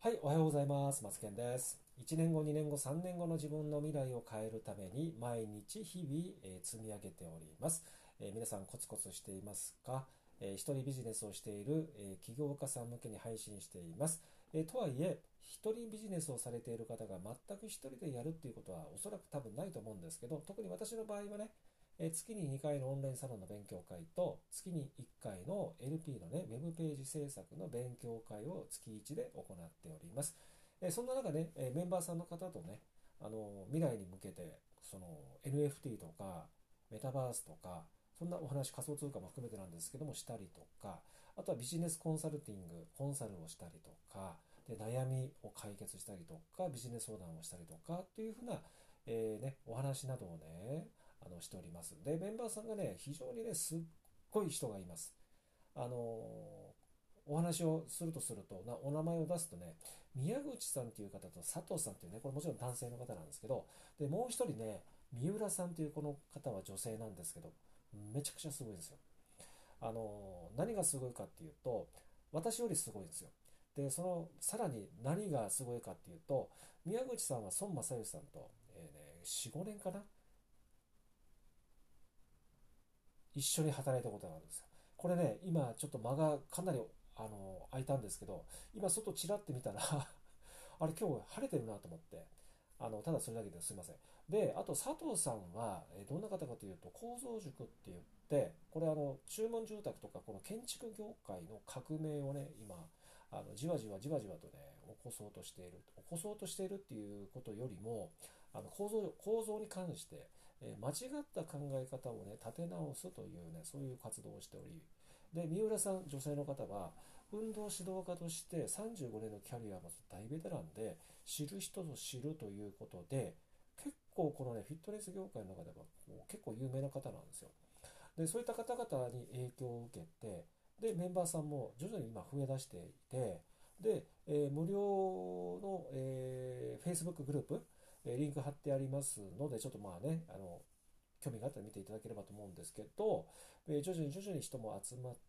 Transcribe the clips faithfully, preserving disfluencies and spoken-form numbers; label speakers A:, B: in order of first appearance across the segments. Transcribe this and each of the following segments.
A: はい、おはようございます。マツケンです。いちねんご、にねんご、さんねんごの自分の未来を変えるために毎日日々、えー積み上げております。えー皆さんコツコツしていますか？えー一人ビジネスをしている、えー起業家さん向けに配信しています。えーとはいえ、一人ビジネスをされている方が全く一人でやるっていうことはおそらく多分ないと思うんですけど、特に私の場合はね、えー月ににかいのオンラインサロンの勉強会と月にいっかいの エルピー のね、ウェブページ制作の勉強会を月いちで行っております。えーそんな中ね、えーメンバーさんの方とね、あの未来に向けてその エヌエフティー とかメタバースとか、そんなお話、仮想通貨も含めてなんですけどもしたりとか、あとはビジネスコンサルティングコンサルをしたりとかで、悩みを解決したりとか、ビジネス相談をしたりとかっていうふうな、えーね、お話などをね、あのしております。でメンバーさんがね、非常にね、すっごい人がいます。あのお話をするとするとな、お名前を出すとね、宮口さんという方と佐藤さんというね、これもちろん男性の方なんですけど、でもう一人ね、三浦さんというこの方は女性なんですけど、めちゃくちゃすごいですよ。あの何がすごいかっていうと、私よりすごいんですよ。でそのさらに何がすごいかっていうと、宮口さんは孫正義さんと、えーね、よん、ごねんかな、一緒に働いたことがあるんですよ。これね、今ちょっと間がかなりあの空いたんですけど、今外ちらって見たらあれ今日晴れてるなと思って、あのただそれだけですいません。であと佐藤さんはえどんな方かというと、構造塾って言って、これあの注文住宅とかこの建築業界の革命をね、今あのじわじわじわじわとね起こそうとしている起こそうとしているっていうことよりも、あの構造構造に関してえー間違った考え方をね立て直すというね、そういう活動をしており、で三浦さん、女性の方は運動指導家としてさんじゅうごねんのキャリアを持つ大ベテランで、知る人ぞ知るということで、結構このねフィットネス業界の中では結構有名な方なんですよ。でそういった方々に影響を受けて、でメンバーさんも徐々に今増え出していて、で、えー無料の、えー Facebook グループ、えーリンク貼ってありますので、ちょっとまあね、あの興味があったら見ていただければと思うんですけど、えー徐々に徐々に人も集まって、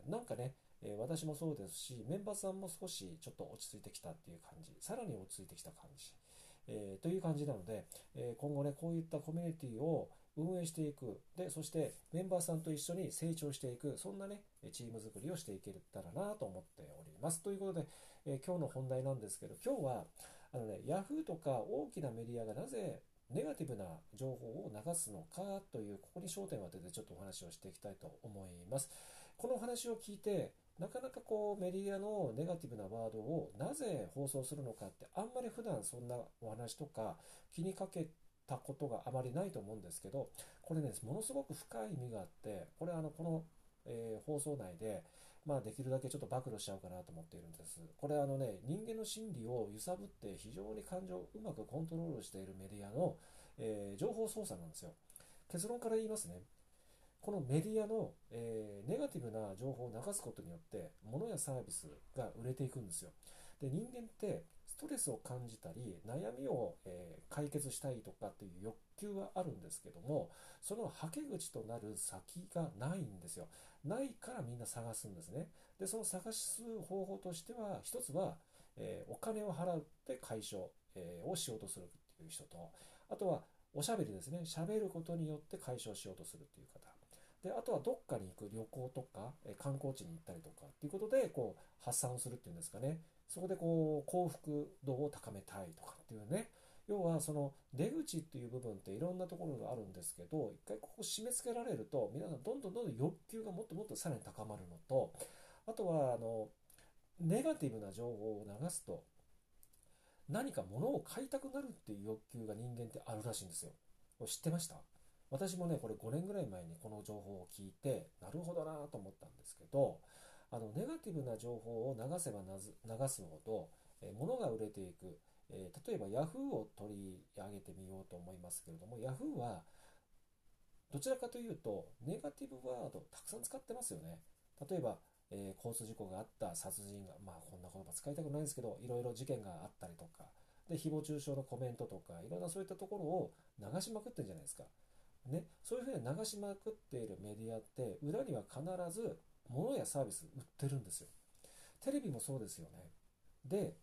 A: なんかね、えー私もそうですし、メンバーさんも少しちょっと落ち着いてきたっていう感じ、さらに落ち着いてきた感じ、えーという感じなので、えー今後ね、こういったコミュニティを運営していく、でそしてメンバーさんと一緒に成長していく、そんなねチーム作りをしていけたらなと思っております。ということで、えー今日の本題なんですけど、今日はあのね、ヤフーとか大きなメディアがなぜネガティブな情報を流すのかという、ここに焦点を当ててちょっとお話をしていきたいと思います。このお話を聞いて、なかなかこうメディアのネガティブなワードをなぜ放送するのかって、あんまり普段そんなお話とか気にかけたことがあまりないと思うんですけど、これね、ものすごく深い意味があって、これあのこの、えー放送内で、まあ、できるだけちょっと暴露しちゃおうかなと思っているんです。これあのね、人間の心理を揺さぶって非常に感情をうまくコントロールしているメディアの、えー情報操作なんですよ。結論から言いますね。このメディアの、えーネガティブな情報を流すことによって物やサービスが売れていくんですよ。で人間ってストレスを感じたり悩みを、えー解決したいとかっていう欲求はあるんですけども、そのはけ口となる先がないんですよ。ないからみんな探すんですね。でその探す方法としては、一つは、えーお金を払って解消、えーをしようとするっていう人と、あとはおしゃべりですね。喋ることによって解消しようとするっていう方。であとはどっかに行く旅行とか、え観光地に行ったりとかっていうことでこう発散をするっていうんですかね。そこでこう幸福度を高めたいとかっていうね。要はその出口っていう部分っていろんなところがあるんですけど、一回ここ締め付けられると皆さんどんどんどんどん欲求がもっともっとさらに高まるのと、あとはあのネガティブな情報を流すと何か物を買いたくなるっていう欲求が人間ってあるらしいんですよ。これ知ってました？私もね、これごねんぐらい前にこの情報を聞いて、なるほどなと思ったんですけど、あのネガティブな情報を流せばなず流すほど、えー物が売れていく。えー例えば Yahoo を取り上げてみようと思いますけれども、Yahoo はどちらかというとネガティブワードたくさん使ってますよね。例えば、えー交通事故があった、殺人が、まあこんな言葉使いたくないんですけど、いろいろ事件があったりとかで、誹謗中傷のコメントとかいろんなそういったところを流しまくってるじゃないですかね。そういうふうに流しまくっているメディアって裏には必ず物やサービス売ってるんですよ。テレビもそうですよね。で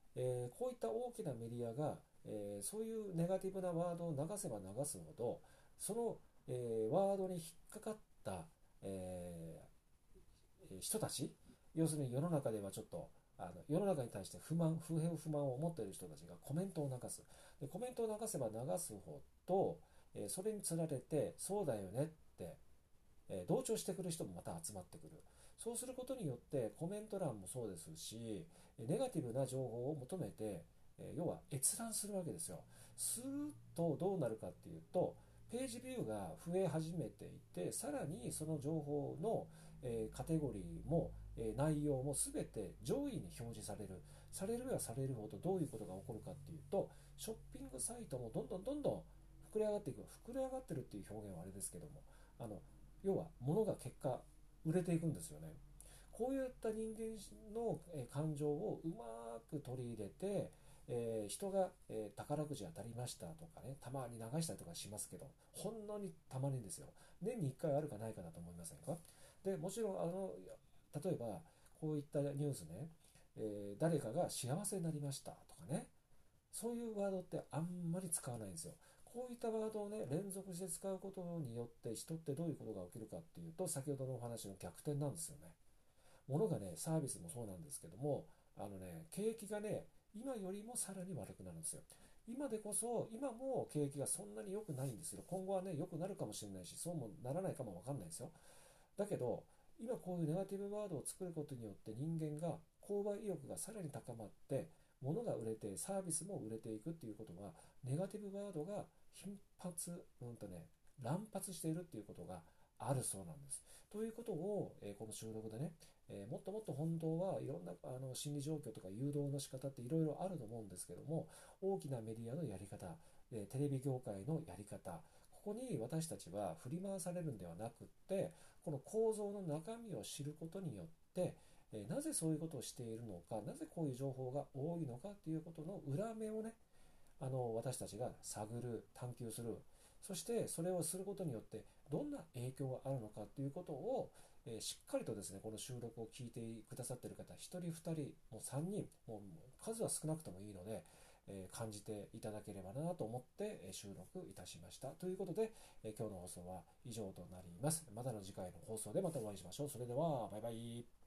A: えーこういった大きなメディアが、えーそういうネガティブなワードを流せば流すほど、その、えーワードに引っかかった、えー人たち、要するに世の中ではちょっとあの世の中に対して不満、不平不満を持っている人たちがコメントを流す。でコメントを流せば流すほど、えーそれにつられて、そうだよねって、えー同調してくる人もまた集まってくる。そうすることによってコメント欄もそうですし、ネガティブな情報を求めて、えー要は閲覧するわけですよ。するとどうなるかっていうと、ページビューが増え始めていて、さらにその情報の、えーカテゴリーも、えー内容も全て上位に表示される。されるやされるほどどういうことが起こるかっていうと、ショッピングサイトもどんどんどんどん膨れ上がっていく。膨れ上がってるっていう表現はあれですけども、あの要は物が結果売れていくんですよね。こういった人間の感情をうまく取り入れて、えー人が、えー宝くじ当たりましたとかね、たまに流したりとかしますけど、ほんのにたまにですよ。年にいっかいあるかないかだと思いませんか？で、もちろん、あの、例えば、こういったニュースね、えー誰かが幸せになりましたとかね、そういうワードってあんまり使わないんですよ。こういったワードをね、連続して使うことによって人ってどういうことが起きるかっていうと、先ほどのお話の逆転なんですよね。物がね、サービスもそうなんですけども、あのね、景気がね、今よりもさらに悪くなるんですよ。今でこそ、今も景気がそんなに良くないんですけど、今後はね、良くなるかもしれないし、そうもならないかもわかんないですよ。だけど、今こういうネガティブワードを作ることによって人間が購買意欲がさらに高まって、物が売れてサービスも売れていくっていうことは、ネガティブワードが頻発、うんとね、乱発しているっていうことがあるそうなんです。ということを、えーこの収録でね、えーもっともっと本当はいろんなあの心理状況とか誘導の仕方っていろいろあると思うんですけども、大きなメディアのやり方、えーテレビ業界のやり方、ここに私たちは振り回されるんではなくって、この構造の中身を知ることによって、えーなぜそういうことをしているのか、なぜこういう情報が多いのかっていうことの裏目をね、あの私たちが探る、探求する、そしてそれをすることによってどんな影響があるのかっていうことを、えーしっかりとですね、この収録を聞いてくださっている方、ひとりふたり、もうさんにん、もう数は少なくともいいので、えー感じていただければなと思って、えー収録いたしました。ということで、えー今日の放送は以上となります。またの次回の放送でまたお会いしましょう。それでは、バイバイ。